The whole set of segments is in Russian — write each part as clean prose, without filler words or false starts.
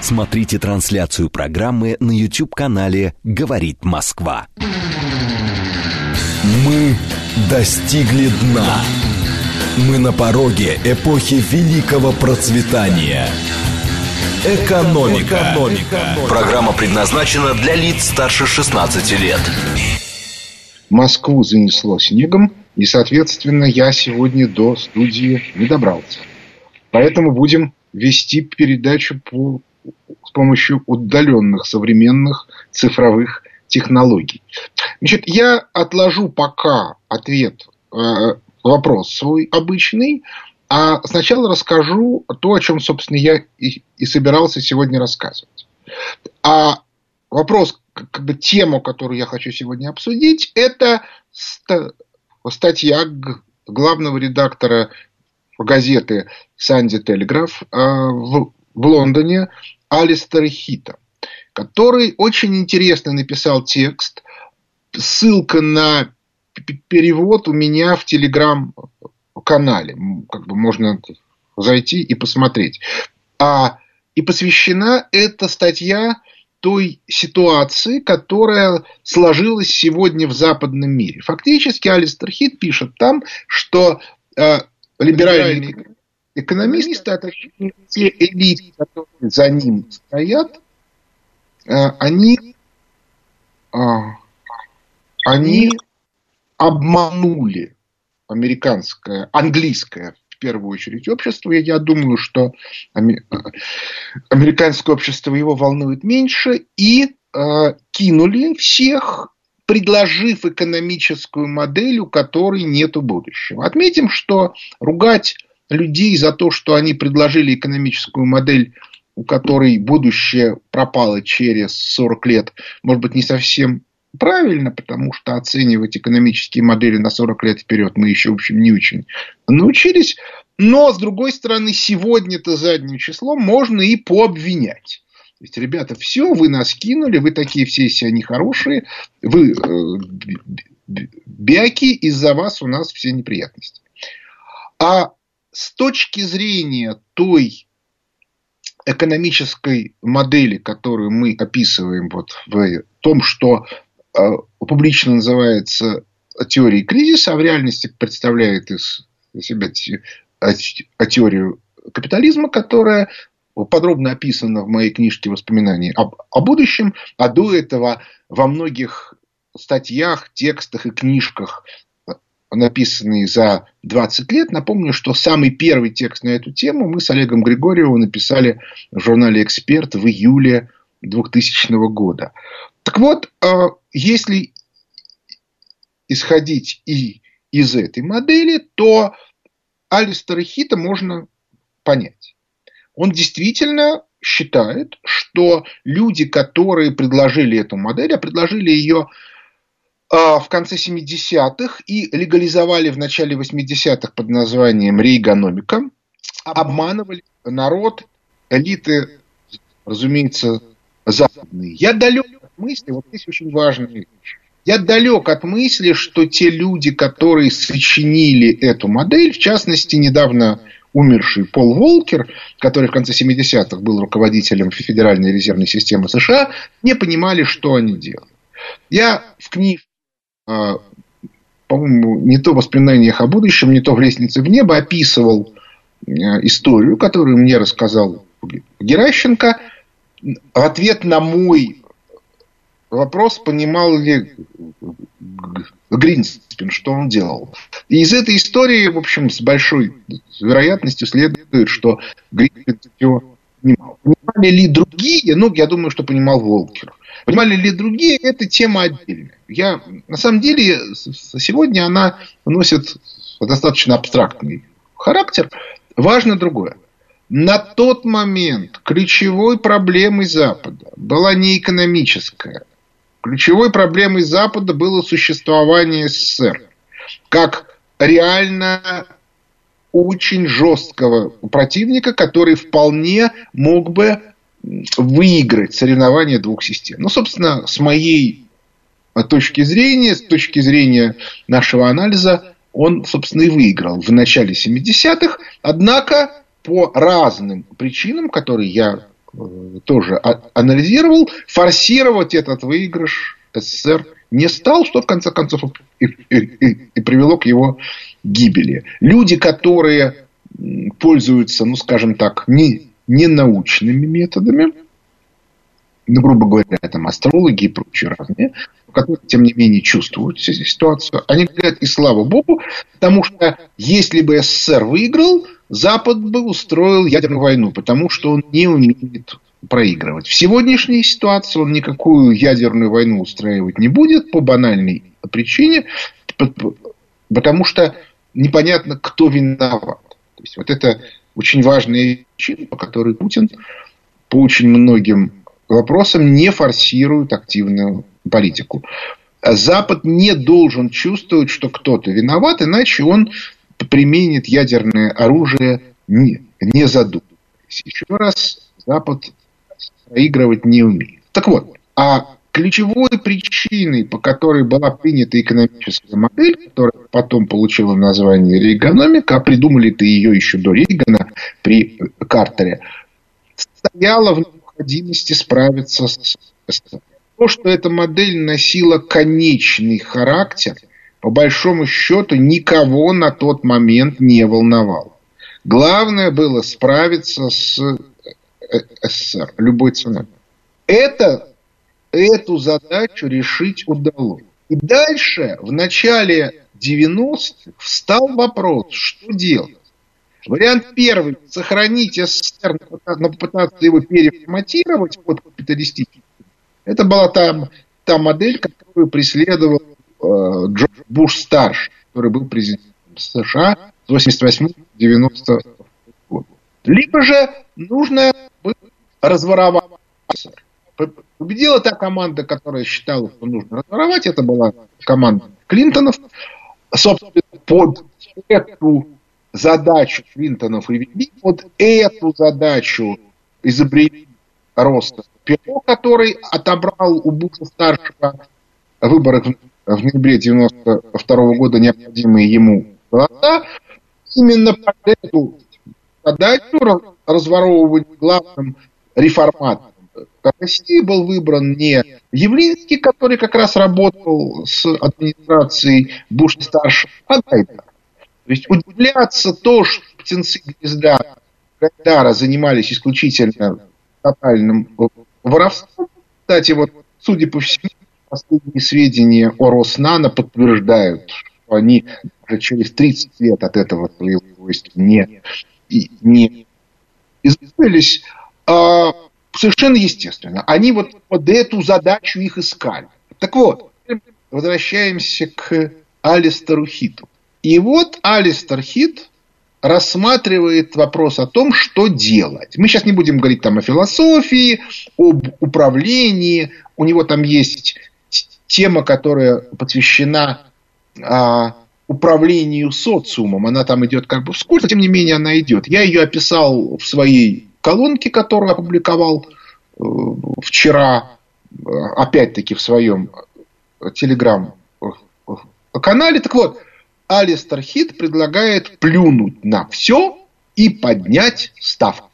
Смотрите трансляцию программы на YouTube-канале «Говорит Москва». Мы достигли дна. Мы на пороге эпохи великого процветания. Экономика. Программа предназначена для лиц старше 16 лет. Москву занесло снегом, и, соответственно, я сегодня до студии не добрался. Поэтому будем вести передачу с помощью удаленных современных цифровых технологий. Значит, я отложу пока ответ, вопрос свой обычный, а сначала расскажу то, о чем, собственно, я и собирался сегодня рассказывать. А вопрос, тему, которую я хочу сегодня обсудить, это статья главного редактора газеты Sunday Telegraph в Лондоне Алистера Хита, который очень интересно написал текст. Ссылка на перевод у меня в Телеграм-канале. Можно зайти и посмотреть. И посвящена эта статья той ситуации, которая сложилась сегодня в западном мире. Фактически Алистер Хит пишет там, что либеральные экономисты, а точнее те элиты, которые за ним стоят, они обманули английское, в первую очередь, общество. И я думаю, что американское общество его волнует меньше. И кинули всех, предложив экономическую модель, у которой нету будущего. Отметим, что ругать людей за то, что они предложили экономическую модель, у которой будущее пропало через 40 лет, может быть, не совсем правильно, потому что оценивать экономические модели на 40 лет вперед мы еще, в общем, не очень научились. Но, с другой стороны, сегодня-то задним числом можно и пообвинять. То есть, ребята, все, вы нас кинули, вы такие все из себя нехорошие, вы бяки, из-за вас у нас все неприятности. А с точки зрения той экономической модели, которую мы описываем в том, что публично называется теорией кризиса, а в реальности представляет из себя теорию капитализма, которая подробно описана в моей книжке «Воспоминания о будущем», а до этого во многих статьях, текстах и книжках, написанные за 20 лет. Напомню, что самый первый текст на эту тему мы с Олегом Григорьевым написали в журнале «Эксперт» в июле 2000 года. Так вот, если исходить и из этой модели, то Алистера Хита можно понять. Он действительно считает, что люди, которые предложили эту модель, а предложили ее в конце 70-х и легализовали в начале 80-х под названием рейгономика, обманывали народ, элиты, разумеется, западные. Я далек от мысли, вот здесь очень важная вещь. Я далек от мысли, что те люди, которые сочинили эту модель, в частности, недавно умерший Пол Волкер, который в конце 70-х был руководителем Федеральной резервной системы США, не понимали, что они делают. Я в книжке, по-моему, не то в «Воспоминаниях о будущем», не то в «Лестнице в небо» описывал историю, которую мне рассказал Геращенко. В ответ на мой вопрос, понимал ли Гринспен, что он делал. И из этой истории, в общем, с большой вероятностью следует, что Гринспен все понимал. Понимали ли другие? Я думаю, что понимал Волкер. Понимали ли другие? Это тема отдельная. На самом деле, сегодня она носит достаточно абстрактный характер. Важно другое. На тот момент ключевой проблемой Запада была не экономическая. Ключевой проблемой Запада было существование СССР как реально очень жесткого противника, который вполне мог бы выиграть соревнования двух систем. Собственно, с моей точки зрения, с точки зрения нашего анализа, он, собственно, и выиграл в начале 70-х. Однако, по разным причинам, которые я тоже анализировал, форсировать этот выигрыш СССР не стал, что в конце концов и привело к его гибели. Люди, которые пользуются, ну скажем так, не научными методами, ну, грубо говоря, там астрологи и прочие разные, которые, тем не менее, чувствуют ситуацию, они говорят, и слава богу, потому что если бы СССР выиграл, Запад бы устроил ядерную войну, потому что он не умеет проигрывать. В сегодняшней ситуации он никакую ядерную войну устраивать не будет по банальной причине, потому что непонятно, кто виноват. То есть, вот это очень важная причина, по которой Путин по очень многим вопросам не форсирует активную политику. Запад не должен чувствовать, что кто-то виноват, иначе он применит ядерное оружие, не задумываясь. Еще раз, Запад проигрывать не умеет. Так вот, а ключевой причиной, по которой была принята экономическая модель, которая потом получила название Рейганомика, а придумали-то ее еще до Рейгана при Картере, стояла в необходимости справиться с СССР. То, что эта модель носила конечный характер, по большому счету, никого на тот момент не волновало. Главное было справиться с СССР любой ценой. Эту задачу решить удалось. И дальше, в начале 90-х, встал вопрос, что делать. Вариант первый – сохранить СССР, но попытаться его переформатировать под капиталистический. Это была та модель, которую преследовал Джордж Буш-старший, который был президентом США с 1988 по 1990 год. Либо же нужно было разворовать СССР. Победила та команда, которая считала, что нужно разворовать. Это была команда Клинтонов. Собственно, под эту задачу Клинтонов и ввели, под эту задачу изобрели Роста Перо, который отобрал у Буша-старшего выборах в ноябре 1992 года необходимые ему голоса. Именно под эту задачу разворовывать главным реформатором России был выбран не Явлинский, который как раз работал с администрацией Буша-старшего, а Гайдар. То есть удивляться то, что птенцы Гайдара занимались исключительно тотальным воровством. Кстати, вот, судя по всему, последние сведения о Роснано подтверждают, что они уже через 30 лет от этого своего войска не избавились. Совершенно естественно. Они вот под эту задачу их искали. Так вот, возвращаемся к Алистеру Хиту. И вот Алистер Хит рассматривает вопрос о том, что делать. Мы сейчас не будем говорить там о философии, об управлении. У него там есть тема, которая посвящена управлению социумом. Она там идет как бы вскользь, но тем не менее она идет. Я ее описал в своей колонке, которую опубликовал вчера, опять-таки в своем телеграм-канале. Так вот, Алистер Хит предлагает плюнуть на все и поднять ставку.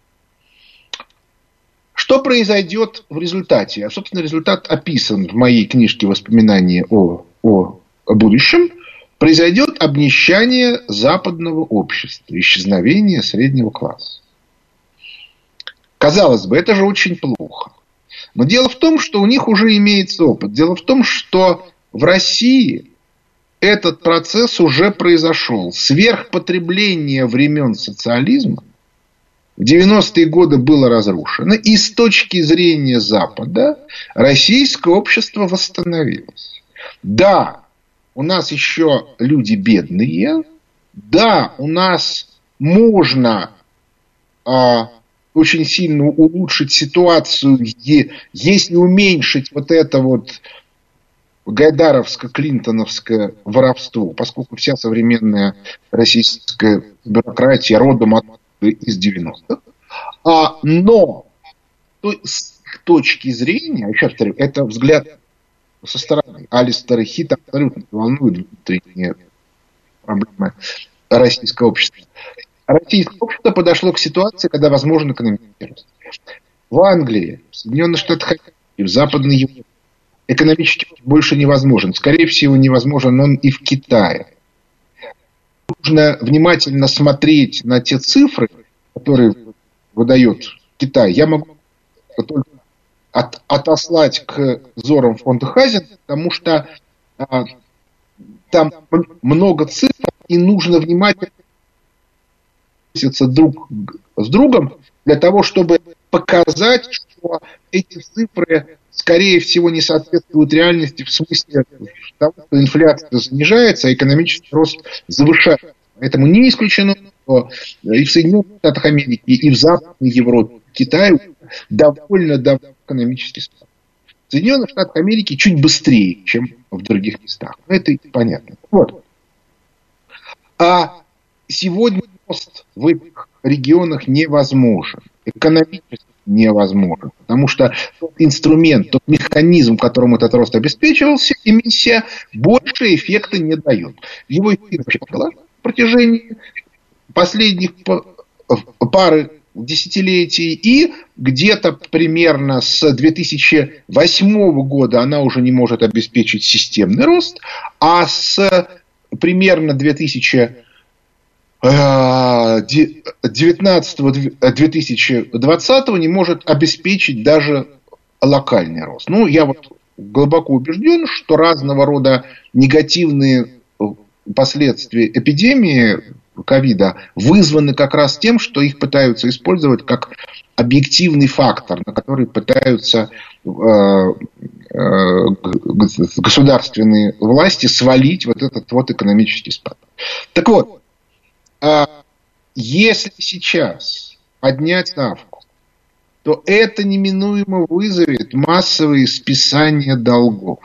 Что произойдет в результате? Собственно, результат описан в моей книжке «Воспоминания о будущем». Произойдет обнищание западного общества, исчезновение среднего класса. Казалось бы, это же очень плохо. Но дело в том, что у них уже имеется опыт. Дело в том, что в России этот процесс уже произошел. Сверхпотребление времен социализма в 90-е годы было разрушено. И с точки зрения Запада российское общество восстановилось. Да, у нас еще люди бедные. Да, у нас можно очень сильно улучшить ситуацию, если уменьшить вот это вот гайдаровско-клинтоновское воровство, поскольку вся современная российская бюрократия родом из 90-х. Но с точки зрения, еще раз повторю, это взгляд со стороны. Алистера Хита абсолютно волнует внутренние проблемы российского общества. Российское общество подошло к ситуации, когда возможен экономический рост. в Англии, в Соединенных Штатах Америки, в Западной Европе экономически больше невозможен. Скорее всего, невозможен он и в Китае. Нужно внимательно смотреть на те цифры, которые выдает Китай. Я могу только отослать к взорам фонда Хазин, потому что там много цифр, и нужно внимательно относиться друг с другом для того, чтобы показать, что эти цифры, скорее всего, не соответствуют реальности в смысле того, что инфляция занижается, а экономический рост завышается. Поэтому не исключено, что и в Соединенных Штатах Америки, и в Западной Европе, в Китае довольно давно экономический спад. В Соединенных Штатах Америки чуть быстрее, чем в других местах. Это понятно. Вот. А сегодня рост в этих регионах невозможен. Экономически невозможен. Потому что тот инструмент, тот механизм, которым этот рост обеспечивался, эмиссия, больше эффекта не дает. Его эффект на протяжении последних пары десятилетий, и где-то примерно с 2008 года она уже не может обеспечить системный рост, а с примерно 2019-2020 не может обеспечить даже локальный рост. Ну, я вот глубоко убежден, что разного рода негативные последствия эпидемии ковида вызваны как раз тем, что их пытаются использовать как объективный фактор, на который пытаются государственные власти свалить вот этот вот экономический спад. Так вот, если сейчас поднять ставку, то это неминуемо вызовет массовые списания долгов.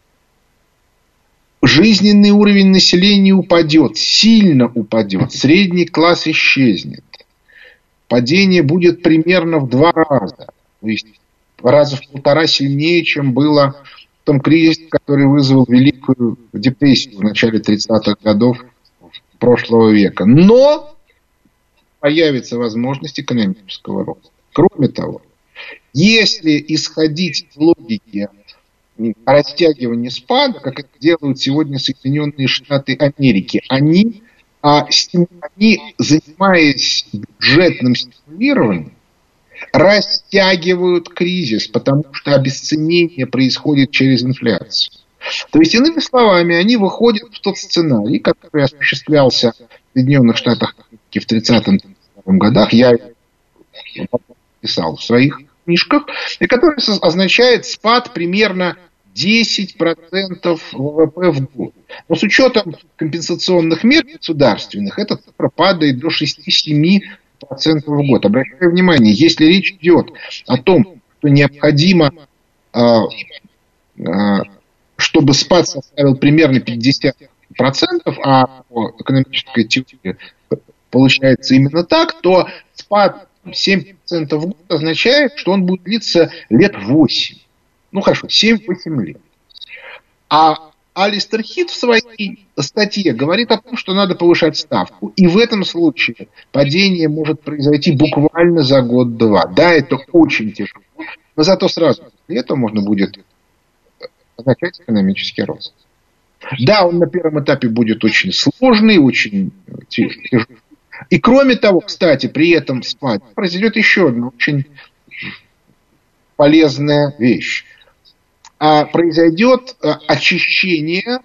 Жизненный уровень населения упадет, сильно упадет, средний класс исчезнет. Падение будет примерно в 2 раза, то есть раза в 1,5 сильнее, чем было в том кризисе, который вызвал Великую депрессию в начале 30-х годов прошлого века. Но появится возможность экономического роста. Кроме того, если исходить из логики растягивания спада, как это делают сегодня Соединенные Штаты Америки, они занимаясь бюджетным стимулированием, растягивают кризис, потому что обесценение происходит через инфляцию. То есть, иными словами, они выходят в тот сценарий, который осуществлялся в Соединенных Штатах Америки в 30-м годах, я писал в своих книжках, и который означает спад примерно 10% ВВП в год. Но с учетом компенсационных мер государственных, эта цифра падает до 6-7% в год. Обращаю внимание, если речь идет о том, что необходимо, чтобы спад составил примерно 50%, а по экономической теории получается именно так, то спад 7% в год означает, что он будет длиться лет 8. Ну хорошо, 7-8 лет. А Алистер Хит в своей статье говорит о том, что надо повышать ставку. И в этом случае падение может произойти буквально за год-два. Да, это очень тяжело, но зато сразу после этого можно будет начать экономический рост. Да, он на первом этапе будет очень сложный, очень тяжелый. И кроме того, кстати, при этом спаде произойдет еще одна очень полезная вещь. Произойдет очищение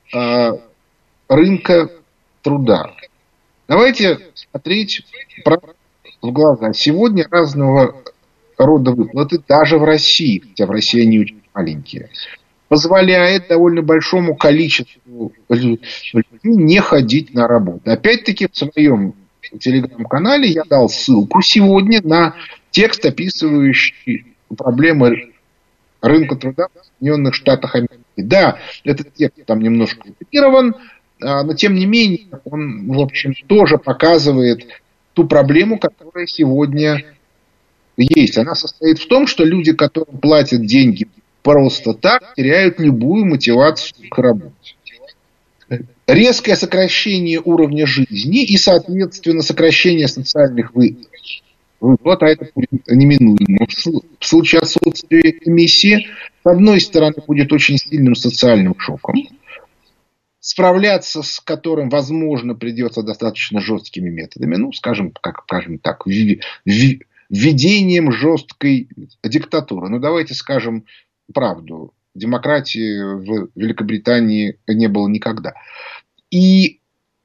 рынка труда. Давайте смотреть в глаза. Сегодня разного рода выплаты, даже в России, хотя в России они очень маленькие, позволяет довольно большому количеству людей не ходить на работу. Опять-таки в своем телеграм-канале я дал ссылку сегодня на текст, описывающий проблемы рынка труда в Соединенных Штатах Америки. Да, этот текст там немножко утилирован, но тем не менее он, в общем, тоже показывает ту проблему, которая сегодня есть. Она состоит в том, что люди, которым платят деньги просто так, теряют любую мотивацию к работе. Резкое сокращение уровня жизни и, соответственно, сокращение социальных выплат Вот, а это будет неминуемо. В случае отсутствия эмиссии, с одной стороны, будет очень сильным социальным шоком, справляться с которым, возможно, придется достаточно жесткими методами, ну, скажем так, введением жесткой диктатуры. Ну, давайте скажем правду. Демократии в Великобритании не было никогда. И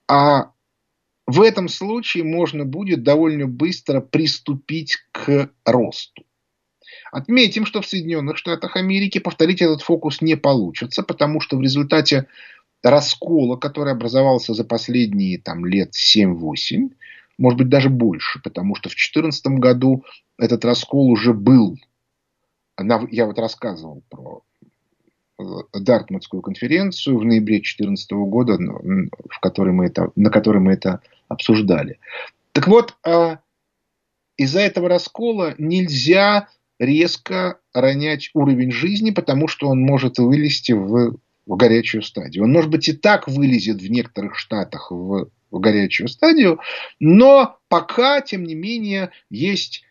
в этом случае можно будет довольно быстро приступить к росту. Отметим, что в Соединенных Штатах Америки повторить этот фокус не получится, потому что в результате раскола, который образовался за последние лет 7-8, может быть даже больше, потому что в 2014 году этот раскол уже был. Я вот рассказывал про Дартмутскую конференцию в ноябре 2014 года, на которой мы это обсуждали. Так вот, из-за этого раскола нельзя резко ронять уровень жизни, потому что он может вылезти в горячую стадию. Он, может быть, и так вылезет в некоторых штатах в горячую стадию, но пока, тем не менее, есть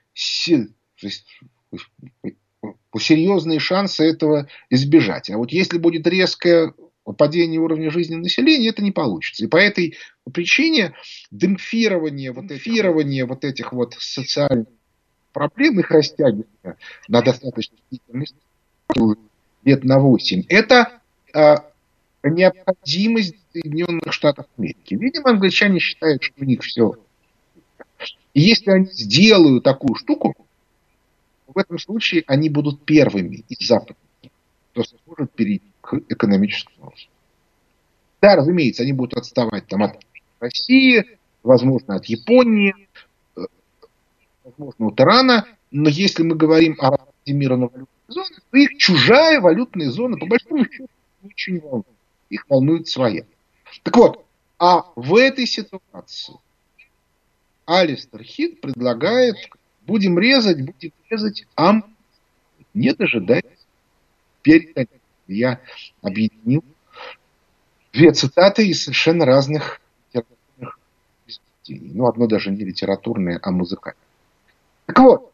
серьезные шансы этого избежать. А вот если будет резкое падение уровня жизни населения, это не получится. И по этой причине демпфирование вот этих вот социальных проблем, их растягивание на достаточно длительный лет на 8, это необходимость Соединенных Штатов Америки. Видимо, англичане считают, что у них все. И если они сделают такую штуку, в этом случае они будут первыми из Запада, кто сможет перейти к экономическому росту. Да, разумеется, они будут отставать от России, возможно, от Японии, возможно, от Ирана, но если мы говорим о развитии мира на валютной зоне, то их чужая валютная зона, по большому счету, ничего не волнует. Их волнует своя. Так вот, а в этой ситуации Алистер Хит предлагает: будем резать, не дожидаясь. Теперь я объединил две цитаты из совершенно разных литературных произведений. Ну, одно даже не литературное, а музыкальное. Так вот,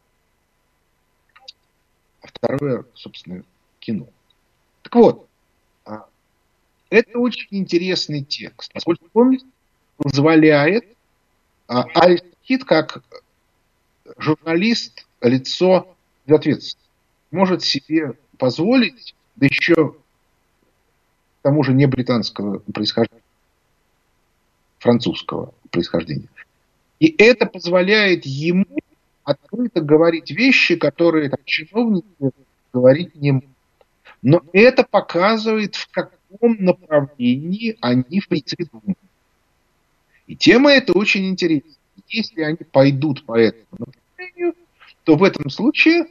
а второе, собственно, кино. Так вот, это очень интересный текст, поскольку он позволяет Алистер Хит, как журналист, лицо безответственности, может себе позволить, да еще к тому же не британского происхождения, французского происхождения. И это позволяет ему открыто говорить вещи, которые чиновники говорить не могут. Но это показывает, в каком направлении они в принципе думают. И тема эта очень интересна. Если они пойдут по этому направлению, то в этом случае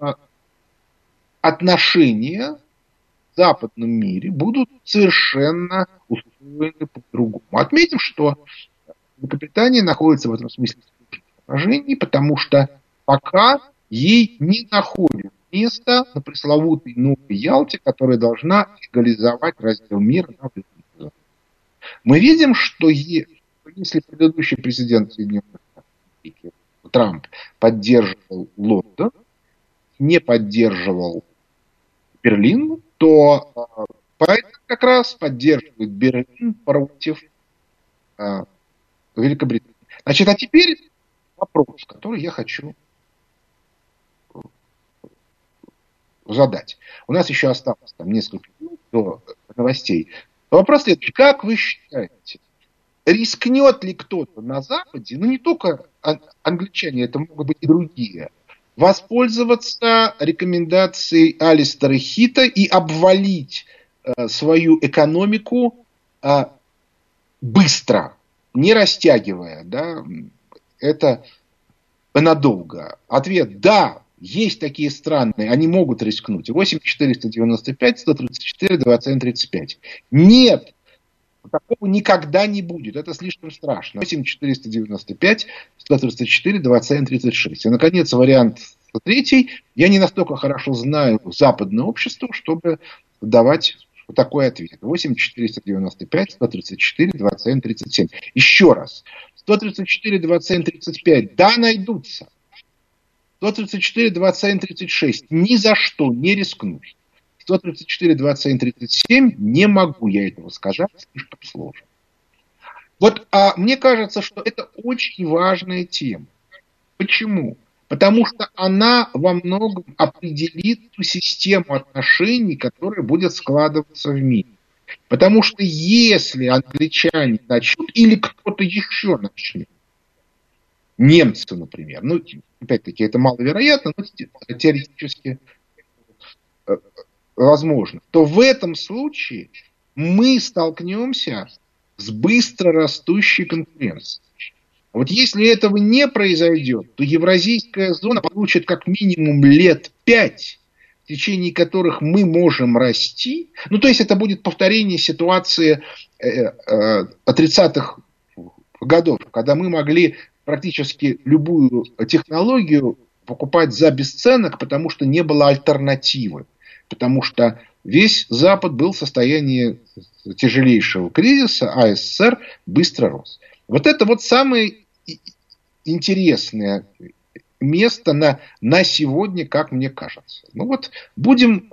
отношения в западном мире будут совершенно устроены по-другому. Отметим, что Великобритания находится в этом смысле в положении, потому что пока ей не находят место на пресловутой Новой Ялте, которая должна легализовать раздел мира на валютной зоне. Мы видим, что если предыдущий президент Соединенных Штатов Америки Трамп поддерживал Лондон, не поддерживал Берлин, то Байден как раз поддерживает Берлин против Великобритании. Значит, а теперь вопрос, который я хочу задать. У нас еще осталось несколько минут до новостей. Вопрос следующий. Как вы считаете, рискнет ли кто-то на Западе, ну не только англичане, это могут быть и другие, воспользоваться рекомендацией Алистера Хита и обвалить свою экономику быстро, не растягивая, это надолго? Ответ: да, есть такие страны, они могут рискнуть. 8-495, 134, 21-35. Нет, такого никогда не будет. Это слишком страшно. 8-495, 134, 21-36. И, наконец, вариант третий. Я не настолько хорошо знаю западное общество, чтобы давать такой ответ. 8-495, 134, 21-37. Еще раз. 134, 21-35. Да, найдутся. 134, 21, 36 ни за что не рискну. 134, 21, 37 не могу я этого сказать, слишком сложно. Вот мне кажется, что это очень важная тема. Почему? Потому что она во многом определит ту систему отношений, которая будет складываться в мире. Потому что если англичане начнут, или кто-то еще начнет, немцы, например, ну, опять-таки, это маловероятно, но теоретически возможно, то в этом случае мы столкнемся с быстро растущей конкуренцией. Вот если этого не произойдет, то евразийская зона получит как минимум лет 5, в течение которых мы можем расти. Ну, то есть это будет повторение ситуации 30-х годов, когда мы могли практически любую технологию покупать за бесценок, потому что не было альтернативы. Потому что весь Запад был в состоянии тяжелейшего кризиса, а СССР быстро рос. Вот это вот самое интересное место на сегодня, как мне кажется. Ну вот будем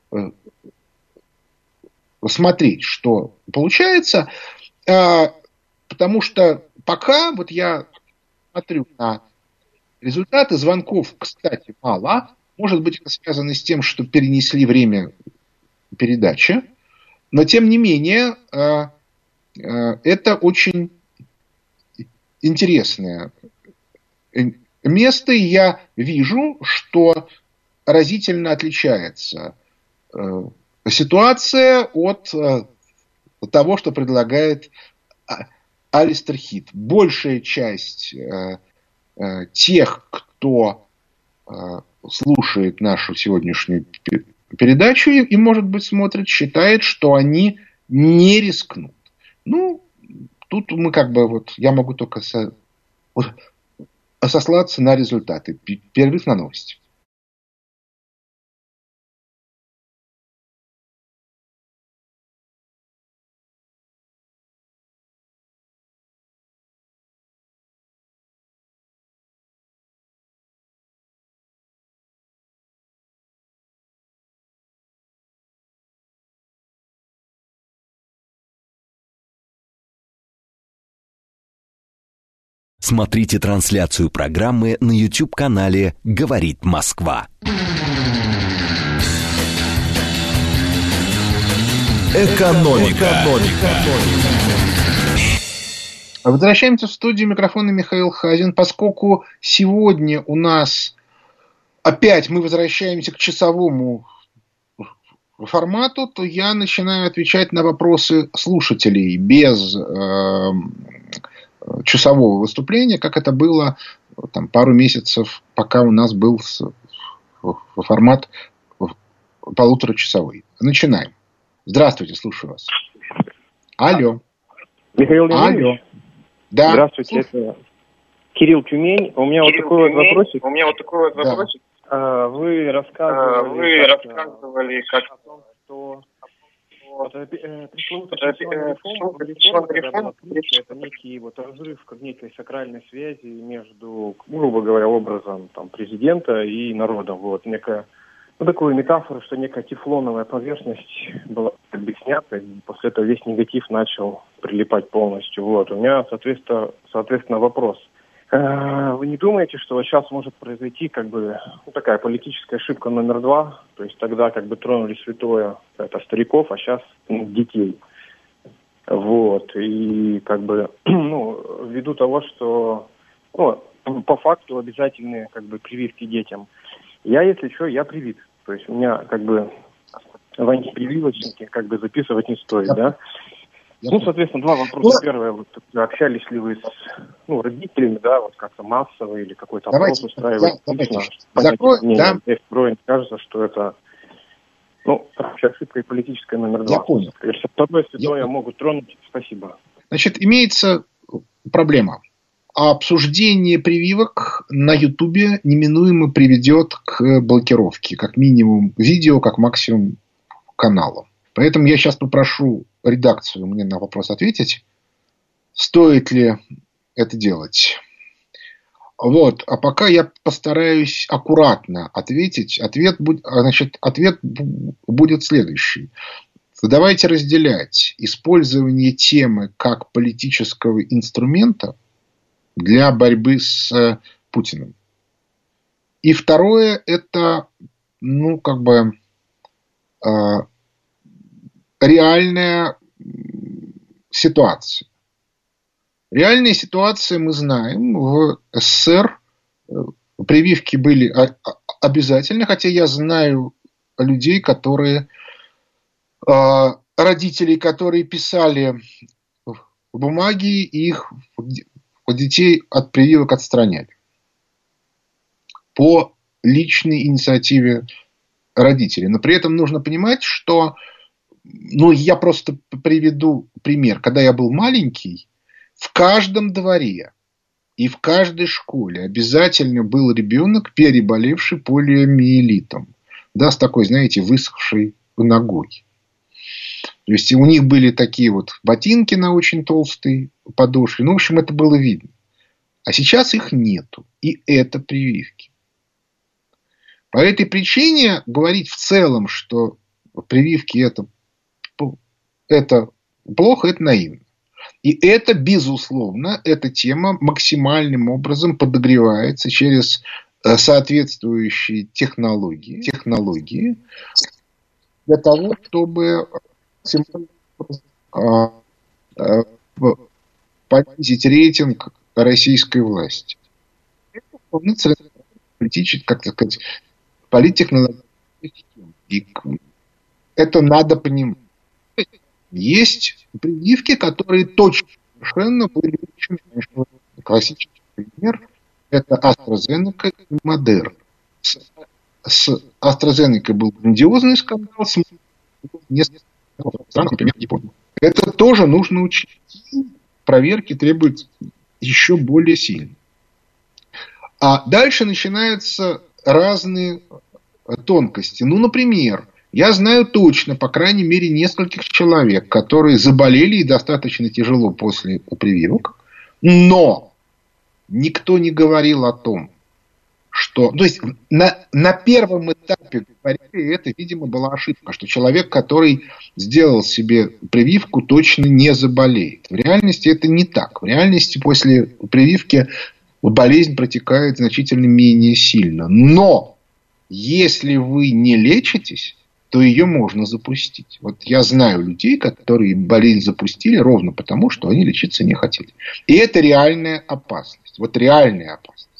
смотреть, что получается. Потому что пока вот я смотрю на результаты звонков, кстати, мало. Может быть, это связано с тем, что перенесли время передачи. Но, тем не менее, это очень интересное место. И я вижу, что разительно отличается ситуация от того, что предлагает Алистер Хит. Большая часть тех, кто слушает нашу сегодняшнюю передачу и, может быть, смотрит, считает, что они не рискнут. Ну, тут мы как бы вот, я могу только сослаться на результаты. Перерыв на новости. Смотрите трансляцию программы на YouTube-канале «Говорит Москва». Экономика. Возвращаемся в студию. Микрофона Михаил Хазин. Поскольку сегодня у нас опять мы возвращаемся к часовому формату, то я начинаю отвечать на вопросы слушателей без часового выступления, как это было там, пару месяцев, пока у нас был формат полуторачасовой. Начинаем. Здравствуйте, слушаю вас. Алло. Михаил Леонидович? Алло. Да. Здравствуйте, это Кирилл, Тюмень. У меня вот такой вот вопросик. Вы рассказывали как о том, что пресловутая реформа, это некий вот разрыв некой сакральной связи между, грубо говоря, образом там, президента и народом. Вот некая, такую метафору, что некая тефлоновая поверхность была как бы снята, и после этого весь негатив начал прилипать полностью. Вот. У меня, соответственно, вопрос. Вы не думаете, что сейчас может произойти как бы такая политическая ошибка номер 2? То есть тогда как бы тронули святое, это стариков, а сейчас детей. Вот. И как бы, ввиду того, что по факту обязательные как бы прививки детям. Я, если что, я привит. То есть у меня как бы в антипрививочнике как бы записывать не стоит, да? Соответственно, два вопроса. Первое, вот, общались ли вы с родителями, да, вот как-то массово или какой-то опрос устраивать? Мне кажется, что это ошибка и политическая номер 2. Я понял. Второе святое могут тронуть. Спасибо. Значит, имеется проблема. Обсуждение прививок на Ютубе неминуемо приведет к блокировке, как минимум видео, как максимум канала. Поэтому я сейчас попрошу редакцию мне на вопрос ответить, стоит ли это делать. Вот. А пока я постараюсь аккуратно ответить. Ответ будет следующий. Давайте разделять использование темы как политического инструмента для борьбы с Путиным. И второе – это, реальная ситуация. Реальная ситуация, мы знаем, в СССР прививки были обязательны, хотя я знаю людей, родителей, которые писали бумаги, и их детей от прививок отстраняли. По личной инициативе родителей. Но при этом нужно понимать, что... я просто приведу пример. Когда я был маленький, в каждом дворе и в каждой школе обязательно был ребенок, переболевший полиомиелитом. Да, с такой, знаете, высохшей ногой. То есть, у них были такие вот ботинки на очень толстой подошве. В общем, это было видно. А сейчас их нету. И это прививки. По этой причине говорить в целом, что прививки это плохо, это наивно. И это, безусловно, эта тема максимальным образом подогревается через соответствующие технологии для того, чтобы понизить рейтинг российской власти. Это политтехнологическая система. И это надо понимать. Есть прививки, которые точно совершенно были очень. Классический пример – это AstraZeneca и Moderna. С AstraZeneca был грандиозный скандал, с нескольких стран, например, Япония. Это тоже нужно учить. Проверки требуют еще более сильные. А дальше начинаются разные тонкости. Например, я знаю точно, по крайней мере, нескольких человек, которые заболели и достаточно тяжело после прививок, но никто не говорил о том, что... То есть, на первом этапе говорили, это, видимо, была ошибка, что человек, который сделал себе прививку, точно не заболеет. В реальности это не так. В реальности после прививки болезнь протекает значительно менее сильно. Но если вы не лечитесь, то ее можно запустить. Вот я знаю людей, которые болезнь запустили ровно потому, что они лечиться не хотели. И это реальная опасность. Вот реальная опасность.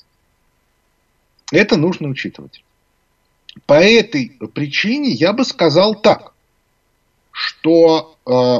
Это нужно учитывать. По этой причине я бы сказал так, что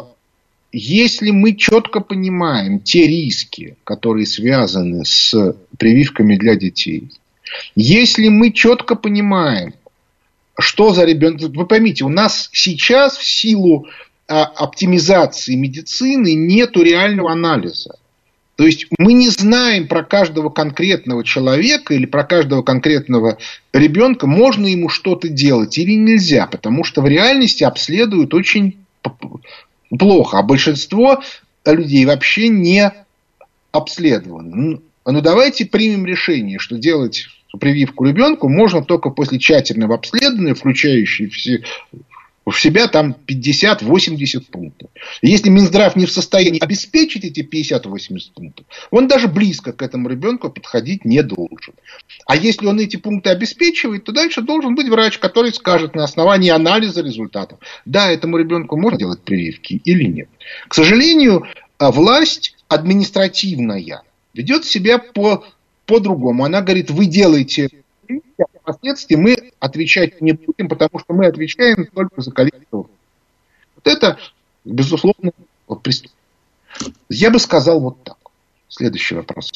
если мы четко понимаем те риски, которые связаны с прививками для детей, если мы четко понимаем, что за ребенок... Вы поймите, у нас сейчас в силу оптимизации медицины нету реального анализа. То есть мы не знаем про каждого конкретного человека или про каждого конкретного ребенка, можно ему что-то делать или нельзя, потому что в реальности обследуют очень плохо, а большинство людей вообще не обследованы. Давайте примем решение, что делать прививку ребенку можно только после тщательного обследования, включающего в себя там 50-80 пунктов. Если Минздрав не в состоянии обеспечить эти 50-80 пунктов, он даже близко к этому ребенку подходить не должен. А если он эти пункты обеспечивает, то дальше должен быть врач, который скажет на основании анализа результатов, да, этому ребенку можно делать прививки или нет. К сожалению, власть административная ведет себя по-другому. Она говорит, вы делаете прививки, а впоследствии мы отвечать не будем, потому что мы отвечаем только за количество. Вот это, безусловно, преступление. Я бы сказал вот так. Следующий вопрос.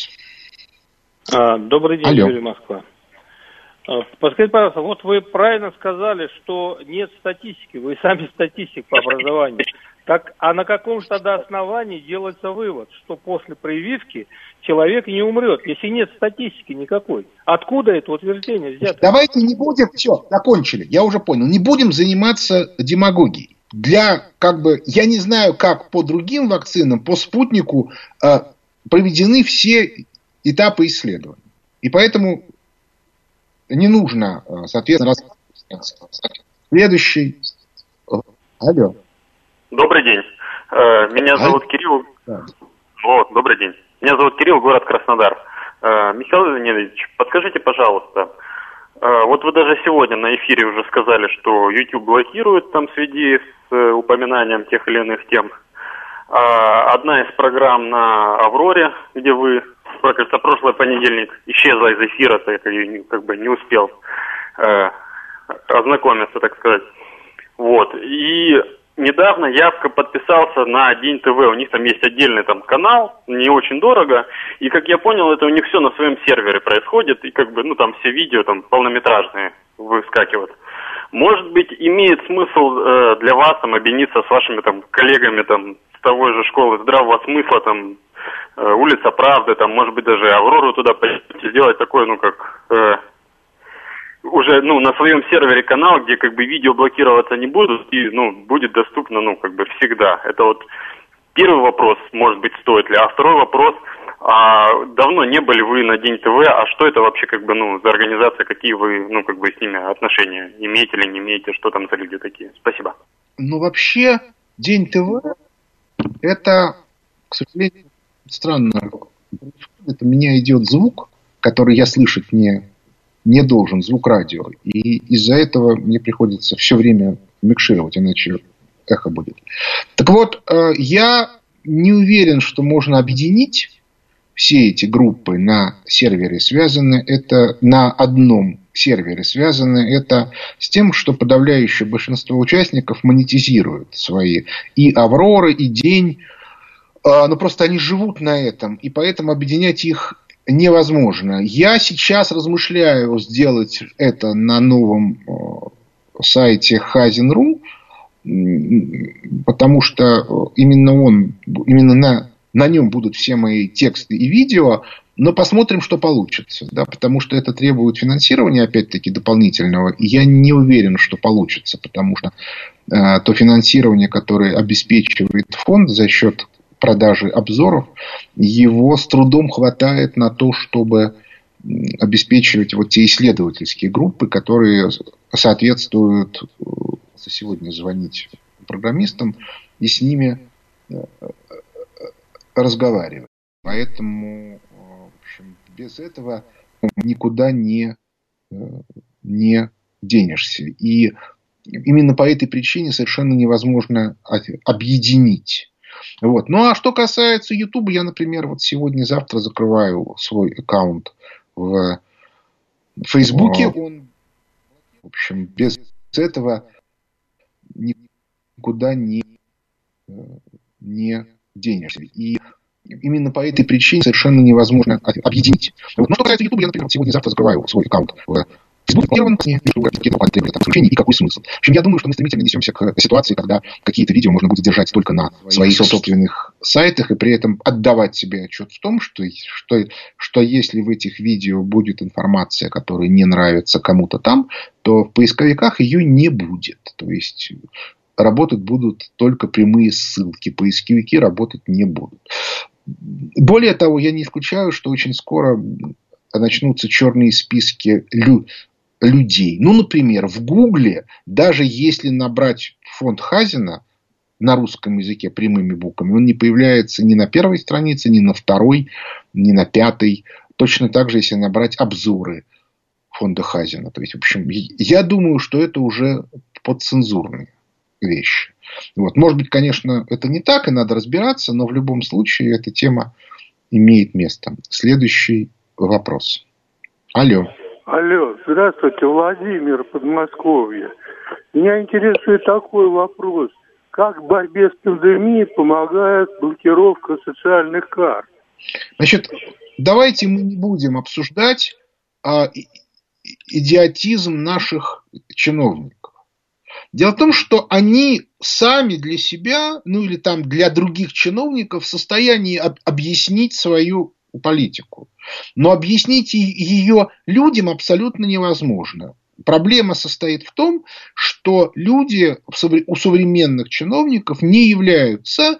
Добрый день, Алло. Юрий, Москва. Подскажите, пожалуйста, вот вы правильно сказали, что нет статистики, вы сами статистик по образованию. Так, а на каком же тогда основании делается вывод, что после прививки человек не умрет, если нет статистики никакой? Откуда это утверждение взято? Давайте не будем, все, закончили, я уже понял, не будем заниматься демагогией. Я не знаю, как по другим вакцинам, по спутнику проведены все этапы исследований. И поэтому не нужно, соответственно, следующий. Алло. Добрый день. Меня зовут Кирилл. Да. Вот, добрый день. Меня зовут Кирилл, город Краснодар. Михаил Леонидович, подскажите, пожалуйста, вот вы даже сегодня на эфире уже сказали, что YouTube блокирует там с видео с упоминанием тех или иных тем. Одна из программ на Авроре, где вы, кажется, прошлый понедельник исчезла из эфира, так я как бы не успел ознакомиться, так сказать. Вот. И недавно я подписался на День ТВ. У них там есть отдельный там канал, не очень дорого. И, как я понял, это у них все на своем сервере происходит. И как бы, ну, там все видео там полнометражные выскакивают. Может быть, имеет смысл для вас там объединиться с вашими там коллегами там с той же школы здравого смысла, там Улица Правды, там, может быть, даже Аврору туда пойти, сделать такой, ну, как уже, ну, на своем сервере канал, где как бы видео блокироваться не будут и, ну, будет доступно, ну, как бы всегда. Это вот первый вопрос, может быть, стоит ли. А второй вопрос, давно не были вы на День ТВ, а что это вообще, как бы, ну, за организация, какие вы, ну, как бы, с ними отношения имеете или не имеете, что там за люди такие? Спасибо. Ну, вообще, День ТВ, это, к сожалению, странно. Это у меня идет звук, который я слышать не должен, звук радио. И из-за этого мне приходится все время микшировать, иначе эхо будет. Так вот, я не уверен, что можно объединить все эти группы на сервере. Связаны это на одном сервере. Связаны это с тем, что подавляющее большинство участников монетизируют свои и Авроры, и День. Но просто они живут на этом, и поэтому объединять их невозможно. Я сейчас размышляю сделать это на новом сайте Hazen.ru, потому что именно на нем будут все мои тексты и видео, но посмотрим, что получится. Да, потому что это требует финансирования, опять-таки, дополнительного. И я не уверен, что получится, потому что то финансирование, которое обеспечивает фонд за счет продажи обзоров, его с трудом хватает на то, чтобы обеспечивать вот те исследовательские группы, которые соответствуют сегодня звонить программистам и с ними разговаривать. Поэтому, в общем, без этого никуда не денешься. И именно по этой причине совершенно невозможно объединить. Вот. Ну, а что касается YouTube, я, например, вот сегодня-завтра закрываю свой аккаунт в Фейсбуке. Он, в общем, без этого никуда не денешься. И именно по этой причине совершенно невозможно объединить. Вот. Ну, что касается YouTube, я, например, сегодня-завтра закрываю свой аккаунт в и какой смысл? В общем, я думаю, что мы стремительно несемся к ситуации, когда какие-то видео можно будет держать только на своих собственных сайтах и при этом отдавать себе отчет в том, что если в этих видео будет информация, которая не нравится кому-то там, то в поисковиках ее не будет. То есть работать будут только прямые ссылки. Поисковики работать не будут. Более того, я не исключаю, что очень скоро начнутся черные списки людей. Ну, например, в Гугле, даже если набрать фонд Хазина на русском языке прямыми буквами, он не появляется ни на первой странице, ни на второй, ни на пятой. Точно так же, если набрать обзоры фонда Хазина. То есть, в общем, я думаю, что это уже подцензурные вещи. Вот. Может быть, конечно, это не так, и надо разбираться, но в любом случае эта тема имеет место. Следующий вопрос. Алло. Алло, здравствуйте, Владимир, Подмосковье. Меня интересует такой вопрос. Как в борьбе с пандемией помогает блокировка социальных карт? Значит, давайте мы не будем обсуждать идиотизм наших чиновников. Дело в том, что они сами для себя, ну или там для других чиновников в состоянии объяснить свою политику. Но объяснить ее людям абсолютно невозможно. Проблема состоит в том, что люди у современных чиновников не являются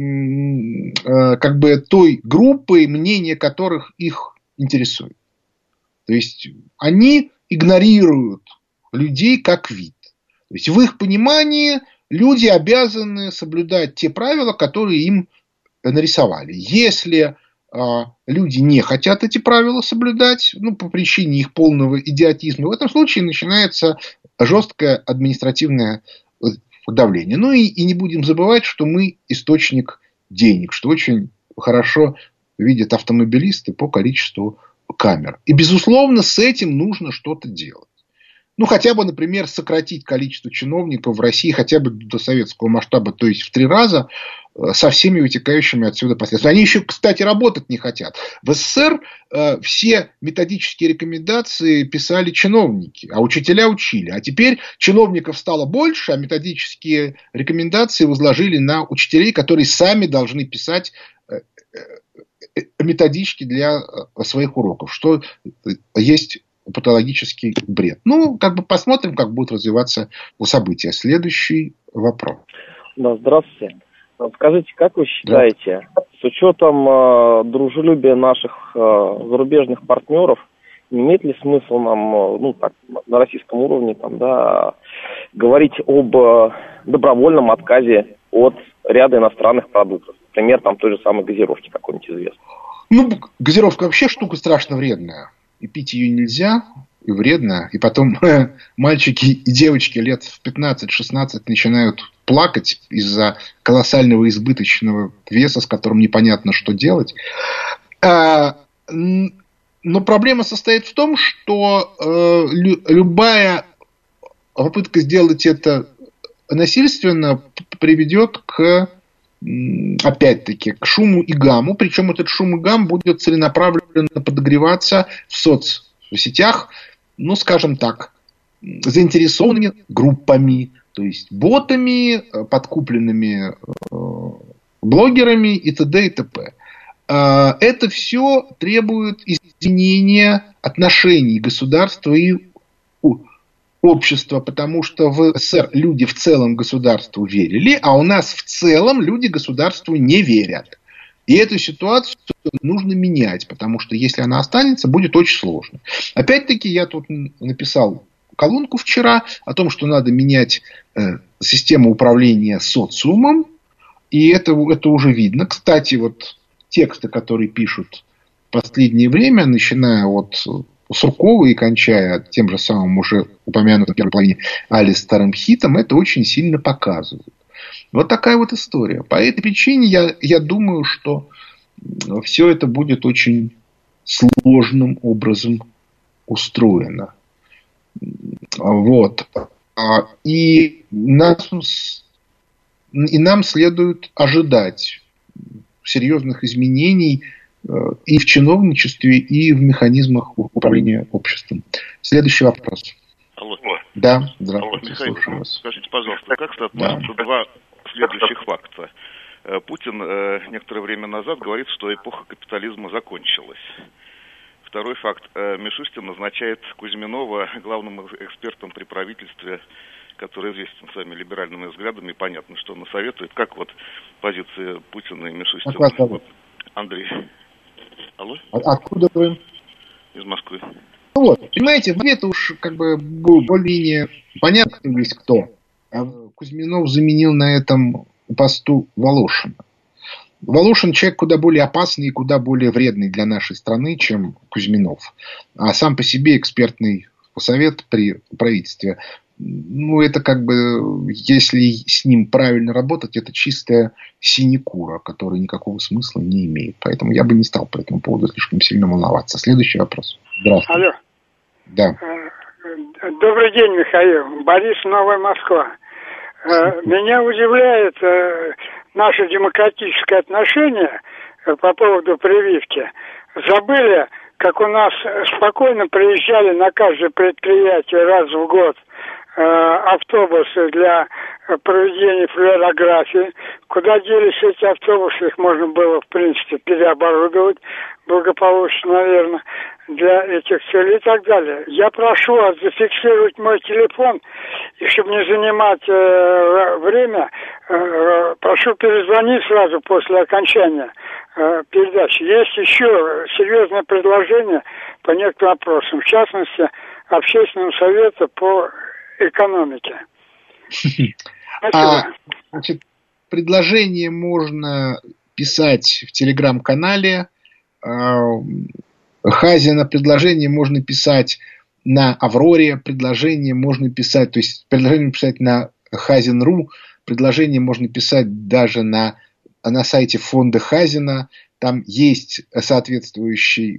как бы той группой, мнение которых их интересует. То есть они игнорируют людей как вид. То есть в их понимании люди обязаны соблюдать те правила, которые им нарисовали. Если люди не хотят эти правила соблюдать, по причине их полного идиотизма, в этом случае начинается жесткое административное давление. И не будем забывать, что мы источник денег, что очень хорошо видят автомобилисты по количеству камер. И, безусловно, с этим нужно что-то делать. Хотя бы, например, сократить количество чиновников в России хотя бы до советского масштаба, то есть в 3 раза, со всеми вытекающими отсюда последствиями. Они еще, кстати, работать не хотят. В СССР все методические рекомендации писали чиновники, а учителя учили. А теперь чиновников стало больше, а методические рекомендации возложили на учителей, которые сами должны писать методички для своих уроков, что есть патологический бред. Посмотрим, как будут развиваться события. Следующий вопрос. Да, здравствуйте. Скажите, как вы считаете, с учетом дружелюбия наших зарубежных партнеров, не имеет ли смысл нам, на российском уровне, говорить об добровольном отказе от ряда иностранных продуктов? Например, той же самой газировки какой-нибудь известной. Газировка вообще штука страшно вредная. И пить ее нельзя, и вредно. И потом мальчики и девочки лет в 15-16 начинают плакать из-за колоссального избыточного веса, с которым непонятно, что делать. Но проблема состоит в том, что любая попытка сделать это насильственно приведет опять-таки, к шуму и гамму. Причем этот шум и гам будет целенаправленно подогреваться в соцсетях, скажем так, заинтересованными группами, то есть ботами, подкупленными блогерами и т.д. и т.п. Это все требует изменения отношений государства и общества, потому что в СССР люди в целом государству верили, а у нас в целом люди государству не верят. И эту ситуацию нужно менять, потому что если она останется, будет очень сложно. Опять-таки, я тут написал колонку вчера о том, что надо менять систему управления социумом, и это уже видно. Кстати, тексты, которые пишут в последнее время, начиная от Суркова и кончая тем же самым уже упомянутым в первой половине Алистером Хитом, это очень сильно показывает. Вот такая история. По этой причине я думаю, что все это будет очень сложным образом устроено. И нам следует ожидать серьезных изменений и в чиновничестве, и в механизмах управления обществом. Следующий вопрос. Алло. Да, здравствуйте. Алло, Михаил, скажите, пожалуйста, как соотносятся два следующих факта? Путин некоторое время назад говорит, что эпоха капитализма закончилась. Второй факт. Мишустин назначает Кузьминова главным экспертом при правительстве, который известен своими либеральными взглядами. Понятно, что он советует. Как позиция Путина и Мишустина? Андрей. Алло? Откуда вы? Из Москвы. Понимаете, это уж более-менее понятно, есть кто. Кузьминов заменил на этом посту Волошина. Волошин человек куда более опасный и куда более вредный для нашей страны, чем Кузьминов. А сам по себе экспертный совет при правительстве, это если с ним правильно работать, это чистая синекура, которая никакого смысла не имеет. Поэтому я бы не стал по этому поводу слишком сильно волноваться. Следующий вопрос. Здравствуйте. Алло. Да. Добрый день, Михаил. Борис, Новая Москва. Меня удивляет наше демократическое отношение по поводу прививки. Забыли, как у нас спокойно приезжали на каждое предприятие раз в год автобусы для проведения флюорографии. Куда делись эти автобусы? Их можно было, в принципе, переоборудовать благополучно, наверное, для этих целей и так далее. Я прошу вас зафиксировать мой телефон, и чтобы не занимать время, прошу перезвонить сразу после окончания передачи. Есть еще серьезное предложение по некоторым вопросам, в частности, Общественного совета по экономике. Значит, предложение можно писать в телеграм-канале Хазина, предложение можно писать на Авроре, предложение можно писать, то есть предложение писать на Хазин.ру, предложение можно писать даже на сайте фонда Хазина, там есть соответствующий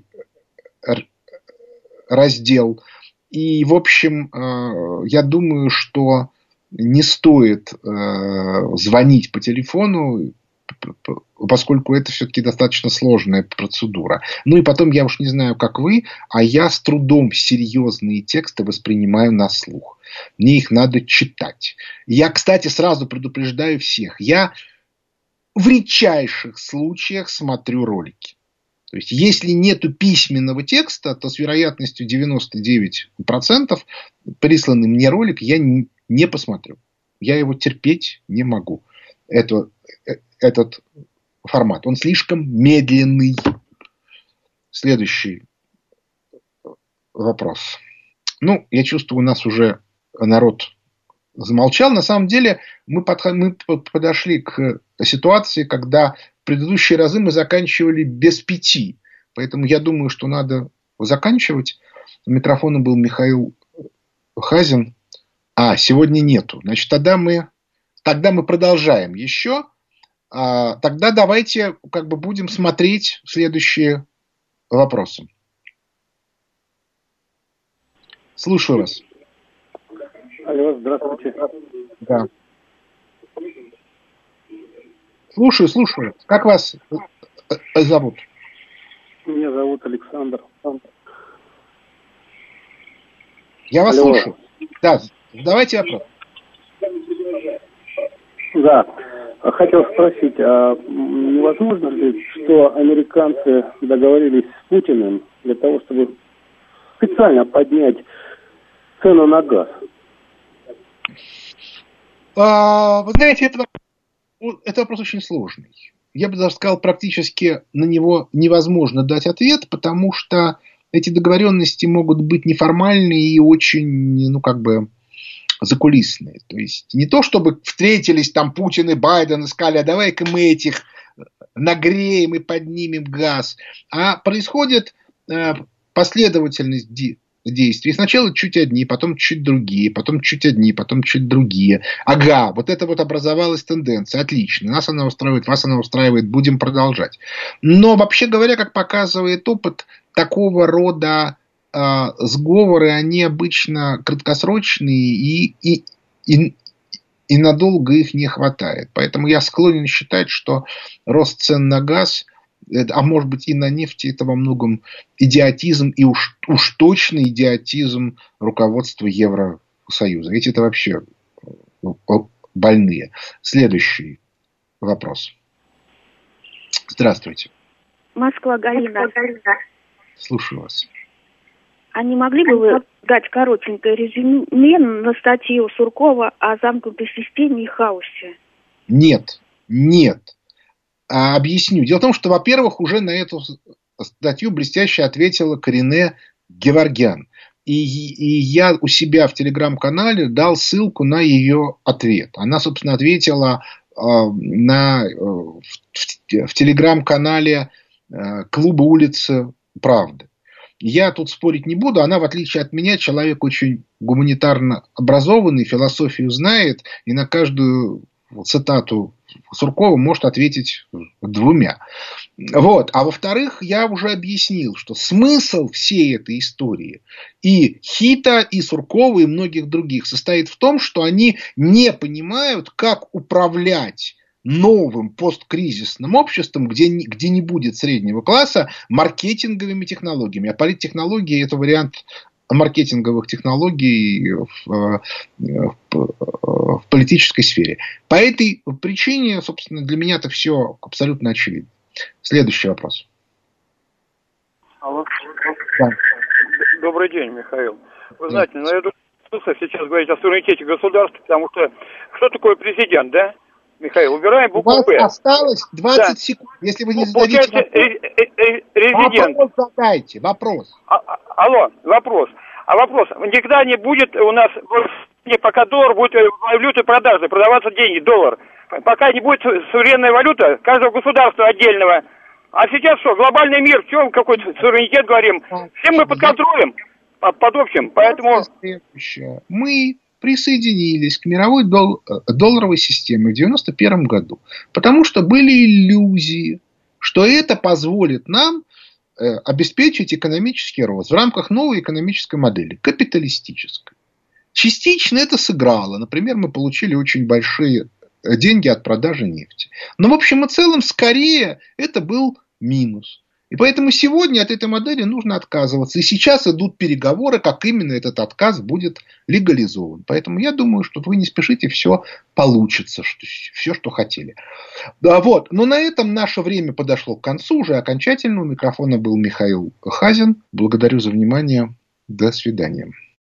раздел. И, в общем, я думаю, что не стоит звонить по телефону, поскольку это все-таки достаточно сложная процедура. Ну и потом, я уж не знаю, как вы, а я с трудом серьезные тексты воспринимаю на слух. Мне их надо читать. Я, кстати, сразу предупреждаю всех. Я в редчайших случаях смотрю ролики. То есть, если нету письменного текста, то с вероятностью 99% присланный мне ролик я не посмотрю. Я его терпеть не могу. Этот формат. Он слишком медленный. Следующий вопрос. Ну, я чувствую, у нас уже народ замолчал. На самом деле, мы подошли к ситуации, когда в предыдущие разы мы заканчивали без 5. Поэтому я думаю, что надо заканчивать. У микрофона был Михаил Хазин. Сегодня нету. Значит, тогда мы продолжаем еще. Тогда давайте будем смотреть следующие вопросы. Слушаю вас. Алло, здравствуйте. Да. Слушаю. Как вас зовут? Меня зовут Александр. Я вас слушаю. Да, давайте вопрос. Да. Хотел спросить, невозможно ли, что американцы договорились с Путиным для того, чтобы специально поднять цену на газ? Вы знаете, это вопрос очень сложный. Я бы даже сказал, практически на него невозможно дать ответ, потому что эти договоренности могут быть неформальные и очень, закулисные. То есть, не то, чтобы встретились там Путин и Байден и сказали, давай-ка мы этих нагреем и поднимем газ. А происходит последовательность действий. Сначала чуть одни, потом чуть другие, потом чуть одни, потом чуть другие. Ага, вот это вот образовалась тенденция. Отлично. Нас она устраивает, вас она устраивает. Будем продолжать. Но, вообще говоря, как показывает опыт, такого рода сговоры, они обычно краткосрочные и надолго их не хватает. Поэтому я склонен считать, что рост цен на газ, а может быть и на нефть, это во многом идиотизм и уж точно идиотизм руководства Евросоюза. Ведь это вообще больные. Следующий вопрос. Здравствуйте. Москва, Галина. Слушаю вас. А не могли бы вы дать коротенькое резюме на статью Суркова о замкнутой системе и хаосе? Нет. Объясню. Дело в том, что, во-первых, уже на эту статью блестяще ответила Карине Геворгян. И я у себя в телеграм-канале дал ссылку на ее ответ. Она, собственно, ответила в телеграм-канале клуба «Улица Правды». Я тут спорить не буду. Она, в отличие от меня, человек очень гуманитарно образованный, философию знает, и на каждую цитату Суркова может ответить 2. Вот. А во-вторых, я уже объяснил, что смысл всей этой истории и Хита, и Суркова, и многих других состоит в том, что они не понимают, как управлять новым посткризисным обществом, где не будет среднего класса, маркетинговыми технологиями. А политтехнологии – это вариант маркетинговых технологий в политической сфере. По этой причине, собственно, для меня это все абсолютно очевидно. Следующий вопрос. Алло. Да. Добрый день, Михаил. Вы знаете, я думаю, сейчас говорить о суверенитете государства, потому что кто такой президент, да? Михаил, убираем букву У вас «П». осталось 20 секунд, если вы не зададите резидент. Вопрос задайте, вопрос. Алло, вопрос. Вопрос, никогда не будет у нас, пока доллар будет валютой продажи, продаваться деньги, доллар. Пока не будет суверенная валюта каждого государства отдельного. А сейчас что, глобальный мир, в чем какой-то суверенитет говорим? Всем мы под контролем, под общим, поэтому... Мы присоединились к мировой долларовой системе в 1991 году, потому что были иллюзии, что это позволит нам обеспечить экономический рост в рамках новой экономической модели, капиталистической. Частично это сыграло. Например, мы получили очень большие деньги от продажи нефти. Но в общем и целом, скорее, это был минус. И поэтому сегодня от этой модели нужно отказываться. И сейчас идут переговоры, как именно этот отказ будет легализован. Поэтому я думаю, что вы не спешите, все получится, все, что хотели. Да, вот. Но на этом наше время подошло к концу. Уже окончательно. У микрофона был Михаил Хазин. Благодарю за внимание. До свидания.